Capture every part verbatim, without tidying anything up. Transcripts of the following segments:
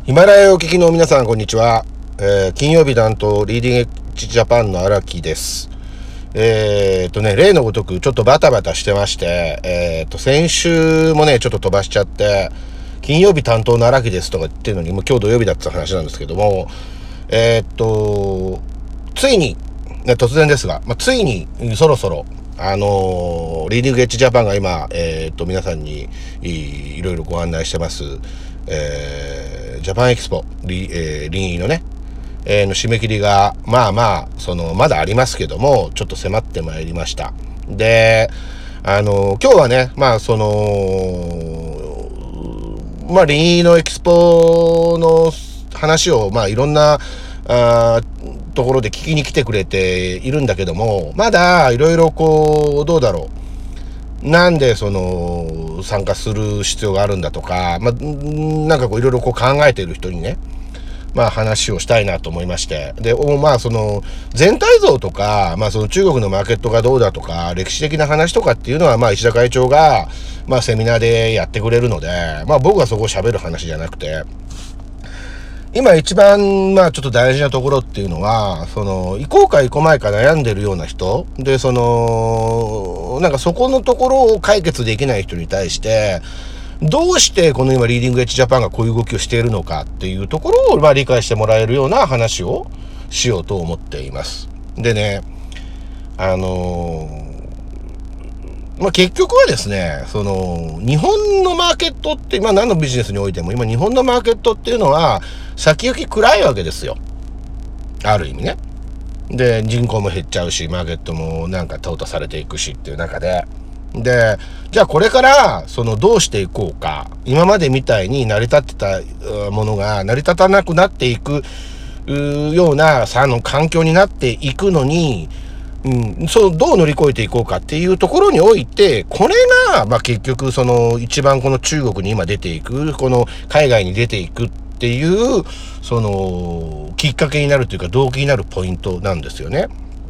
ヒマラヤをお聞きの皆さん、こんにちは。えー、金曜日担当リーディングエッジジャパンの荒木です。えー、っとね、例のごとくちょっとバタバタしてまして、えー、っと先週もねちょっと飛ばしちゃって、金曜日担当の荒木ですとか言ってるのにもう今日土曜日だった話なんですけども、えー、っとついに、ね、突然ですが、まあ、ついにそろそろあのー、リーディングエッジジャパンが今、えー、っと皆さんに い, いろいろご案内してます、えー、ジャパンエキスポリ、えー、リンイのね、えー、の締め切りがまあまあそのまだありますけども、ちょっと迫ってまいりました。で、あのー、今日はね、まあそのまあリンイのエキスポの話をまあいろんなあところで聞きに来てくれているんだけども、まだいろいろこうどうだろう、なんでその参加する必要があるんだとか、まあなんかこういろいろこう考えている人にね、まあ話をしたいなと思いまして、でまあその全体像とか、まあその中国のマーケットがどうだとか歴史的な話とかっていうのはまあ石田会長がまあセミナーでやってくれるので、まあ僕はそこを喋る話じゃなくて、今一番まあちょっと大事なところっていうのは、その行こうか行こうまいか悩んでるような人で、そのなんかそこのところを解決できない人に対してどうしてこの今リーディングエッジジャパンがこういう動きをしているのかっていうところをまあ理解してもらえるような話をしようと思っています。でね、あのーまあ、結局はですね、その日本のマーケットって、まあ何のビジネスにおいても今日本のマーケットっていうのは先行き暗いわけですよ。ある意味ね。で、人口も減っちゃうし、マーケットもなんか淘汰されていくしっていう中で、で、じゃあこれからそのどうしていこうか、今までみたいに成り立ってたものが成り立たなくなっていくようなさの環境になっていくのに、うん、そうどう乗り越えていこうかっていうところにおいて、これがまあ結局その一番この中国に今出ていく、この海外に出ていくっていうそのきっかけになるというか動機になるポイントなんですよね。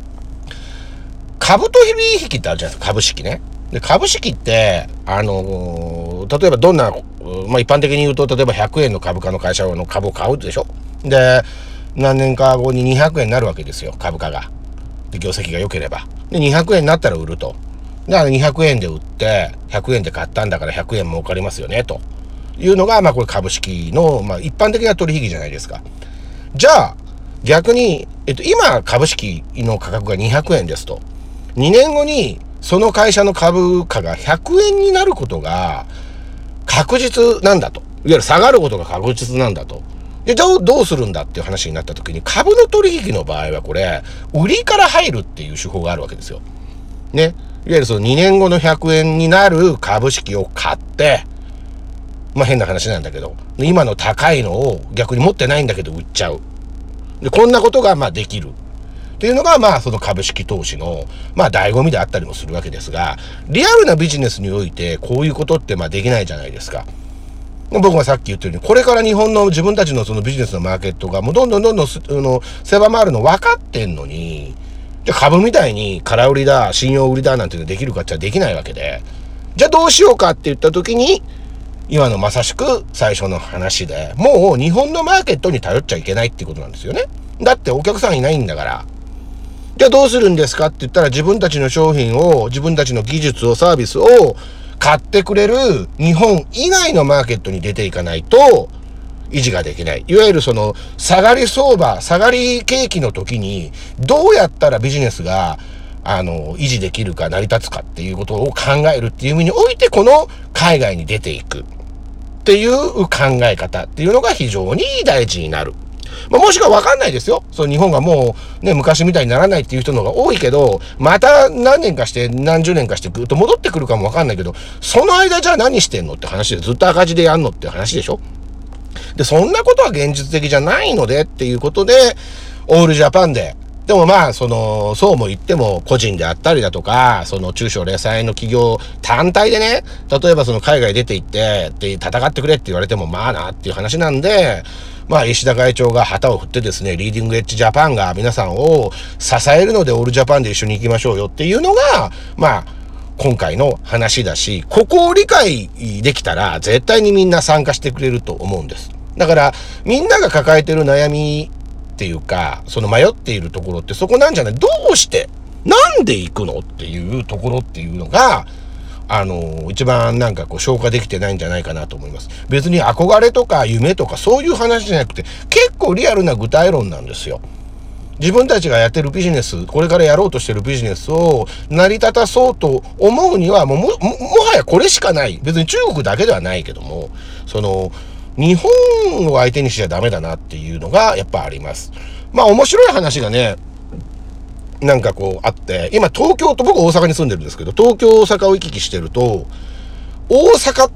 株と利益ってあるじゃないですか、株式ね。で、株式ってあのー、例えばどんな、まあ一般的に言うと、例えばひゃくえんの株価の会社の株を買うでしょ。で、何年か後ににひゃくえんになるわけですよ、株価が。で、業績が良ければ。で、にひゃくえんになったら売ると。だからにひゃくえんで売って、ひゃくえんで買ったんだからひゃくえん儲かりますよね、というのが、まあこれ株式の、まあ一般的な取引じゃないですか。じゃあ、逆に、えっと、今株式の価格がにひゃくえんですと。にねんごにその会社の株価がひゃくえんになることが確実なんだと。いわゆる下がることが確実なんだと。で、どう、どうするんだっていう話になった時に、株の取引の場合はこれ、売りから入るっていう手法があるわけですよ。ね。いわゆるそのにねんごのひゃくえんになる株式を買って、まあ変な話なんだけど、今の高いのを逆に持ってないんだけど売っちゃう。で、こんなことがまあできる。っていうのがまあその株式投資のまあ醍醐味であったりもするわけですが、リアルなビジネスにおいてこういうことってまあできないじゃないですか。僕がさっき言ったように、これから日本の自分たちのそのビジネスのマーケットがもうどんどんどんどんの狭まるの分かってんのに、じゃあ株みたいに空売りだ、信用売りだなんていうのできるかって言ったらできないわけで、じゃあどうしようかって言った時に、今のまさしく最初の話で、もう日本のマーケットに頼っちゃいけないっていうことなんですよね。だってお客さんいないんだから。じゃあどうするんですかって言ったら、自分たちの商品を、自分たちの技術を、サービスを買ってくれる日本以外のマーケットに出ていかないと維持ができない。いわゆるその下がり相場、下がり景気の時にどうやったらビジネスがあの維持できるか成り立つかっていうことを考えるっていう意味において、この海外に出ていくっていう考え方っていうのが非常に大事になる。まあ、もしくは分かんないですよ。そう、日本がもうね、昔みたいにならないっていう人の方が多いけど、また何年かして何十年かしてぐっと戻ってくるかも分かんないけど、その間じゃあ何してんのって話で、ずっと赤字でやんのって話でしょ。で、そんなことは現実的じゃないのでっていうことで、オールジャパンで、でもまあ、その、そうも言っても個人であったりだとか、その中小零細の企業単体でね、例えばその海外出て行って、で、戦ってくれって言われてもまあなっていう話なんで、まあ、石田会長が旗を振ってですね、リーディングエッジジャパンが皆さんを支えるのでオールジャパンで一緒に行きましょうよっていうのが、まあ、今回の話だし、ここを理解できたら絶対にみんな参加してくれると思うんです。 だから、みんなが抱えてる悩みっていうか、その迷っているところってそこなんじゃない？どうしてなんで行くのっていうところっていうのが、あの、一番なんかこう消化できてないんじゃないかなと思います。別に憧れとか夢とかそういう話じゃなくて、結構リアルな具体論なんですよ。自分たちがやってるビジネス、これからやろうとしてるビジネスを成り立たそうと思うには、もうも、も、もはやこれしかない。別に中国だけではないけども、その、日本を相手にしちゃダメだなっていうのがやっぱあります。まあ面白い話がね、なんかこうあって、今東京と、僕大阪に住んでるんですけど、東京大阪を行き来してると、大阪って、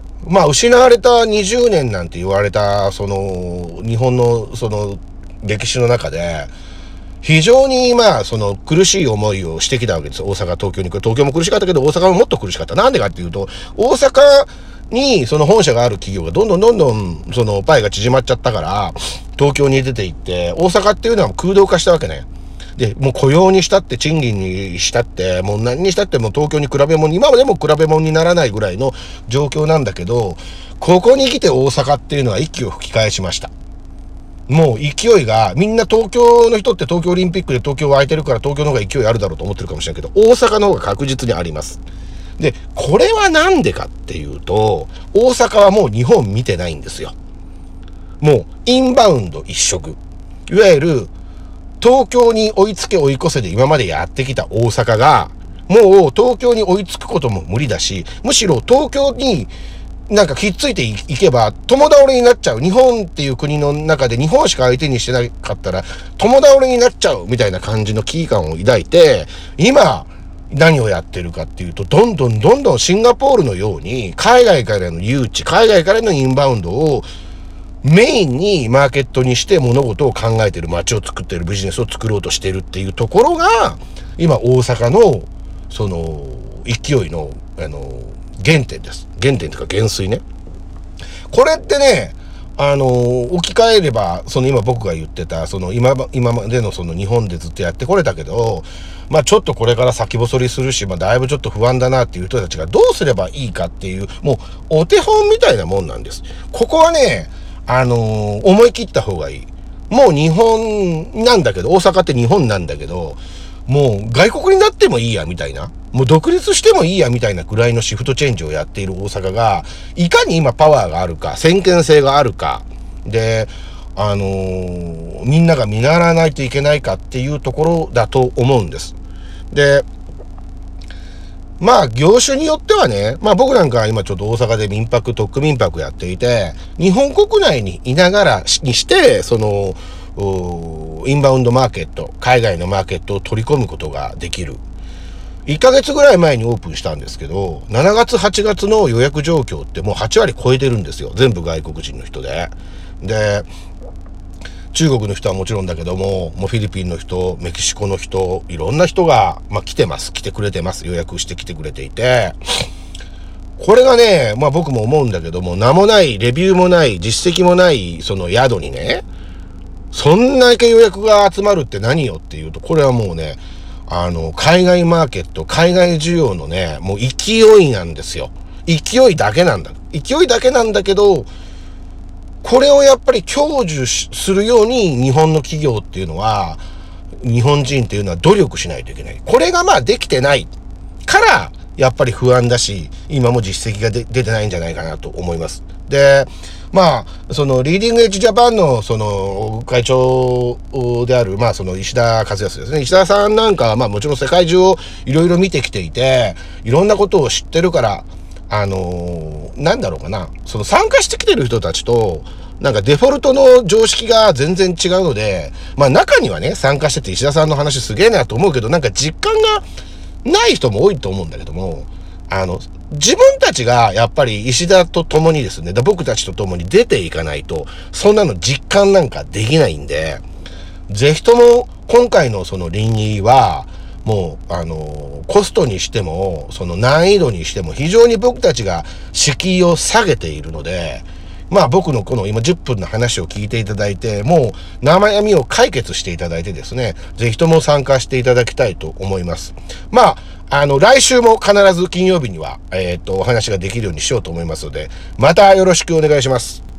まあ失われたにじゅうねんなんて言われた、その、日本のその歴史の中で、非常にまあその苦しい思いをしてきたわけです。大阪、東京に来る。東京も苦しかったけど、大阪ももっと苦しかった。なんでかっていうと、大阪にその本社がある企業がどんどんどんどんそのパイが縮まっちゃったから、東京に出て行って、大阪っていうのは空洞化したわけね。で、もう雇用にしたって賃金にしたって、もう何にしたっても東京に比べ物、今までも比べ物にならないぐらいの状況なんだけど、ここに来て大阪っていうのは息を吹き返しました。もう勢いが、みんな東京の人って東京オリンピックで東京は空いてるから東京の方が勢いあるだろうと思ってるかもしれないけど、大阪の方が確実にあります。で、これはなんでかっていうと、大阪はもう日本見てないんですよ。もうインバウンド一色。いわゆる東京に追いつけ追い越せで今までやってきた大阪が、もう東京に追いつくことも無理だし、むしろ東京になんかきっついていけば共倒れになっちゃう。日本っていう国の中で日本しか相手にしてなかったら共倒れになっちゃうみたいな感じの危機感を抱いて、今何をやってるかっていうと、どんどんどんどんシンガポールのように海外からの誘致、海外からのインバウンドをメインにマーケットにして物事を考えてる、街を作ってる、ビジネスを作ろうとしてるっていうところが、今大阪のその勢いのあの原点です。原点というか原水ね。これってね、あの置き換えれば、その今僕が言ってた、その今今までのその日本でずっとやってこれたけど、まあちょっとこれから先細りするし、まあだいぶちょっと不安だなっていう人たちがどうすればいいかっていう、もうお手本みたいなもんなんです。ここはね、あのー、思い切った方がいい。もう日本なんだけど、大阪って日本なんだけど、もう外国になってもいいやみたいな、もう独立してもいいやみたいなくらいのシフトチェンジをやっている大阪が、いかに今パワーがあるか、先見性があるか、で、あのー、みんなが見習わないといけないかっていうところだと思うんです。で、まあ業種によってはね、まあ僕なんかは今ちょっと大阪で民泊、特区民泊やっていて、日本国内にいながらにして、その、インバウンドマーケット、海外のマーケットを取り込むことができる。いっかげつぐらい前にオープンしたんですけど、しちがつ、はちがつの予約状況ってもうはちわり超えてるんですよ。全部外国人の人で。で、中国の人はもちろんだけども、もうフィリピンの人、メキシコの人、いろんな人が、まあ、来てます。来てくれてます。予約して来てくれていて。これがね、まあ僕も思うんだけども、名もない、レビューもない、実績もない、その宿にね、そんだけ予約が集まるって何よっていうと、これはもうね、あの、海外マーケット、海外需要のね、もう勢いなんですよ。勢いだけなんだ。勢いだけなんだけど、これをやっぱり享受するように日本の企業っていうのは、日本人っていうのは努力しないといけない。これがまあできてないから、やっぱり不安だし、今も実績が出てないんじゃないかなと思います。で、まあ、そのリーディングエッジジャパンのその会長である、まあその石田和康ですね。石田さんなんかはまあもちろん世界中をいろいろ見てきていて、いろんなことを知ってるから、あのー、なんだろうかな。その参加してきてる人たちと、なんかデフォルトの常識が全然違うので、まあ中にはね、参加してて石田さんの話すげえなと思うけど、なんか実感がない人も多いと思うんだけども、あの、自分たちがやっぱり石田と共にですね、僕たちと共に出ていかないと、そんなの実感なんかできないんで、ぜひとも今回のその臨沂は、もう、あの、コストにしても、その難易度にしても非常に僕たちが敷居を下げているので、まあ僕のこの今じゅっぷんの話を聞いていただいて、もう悩みを解決していただいてですね、ぜひとも参加していただきたいと思います。まあ、あの、来週も必ず金曜日には、えっと、お話ができるようにしようと思いますので、またよろしくお願いします。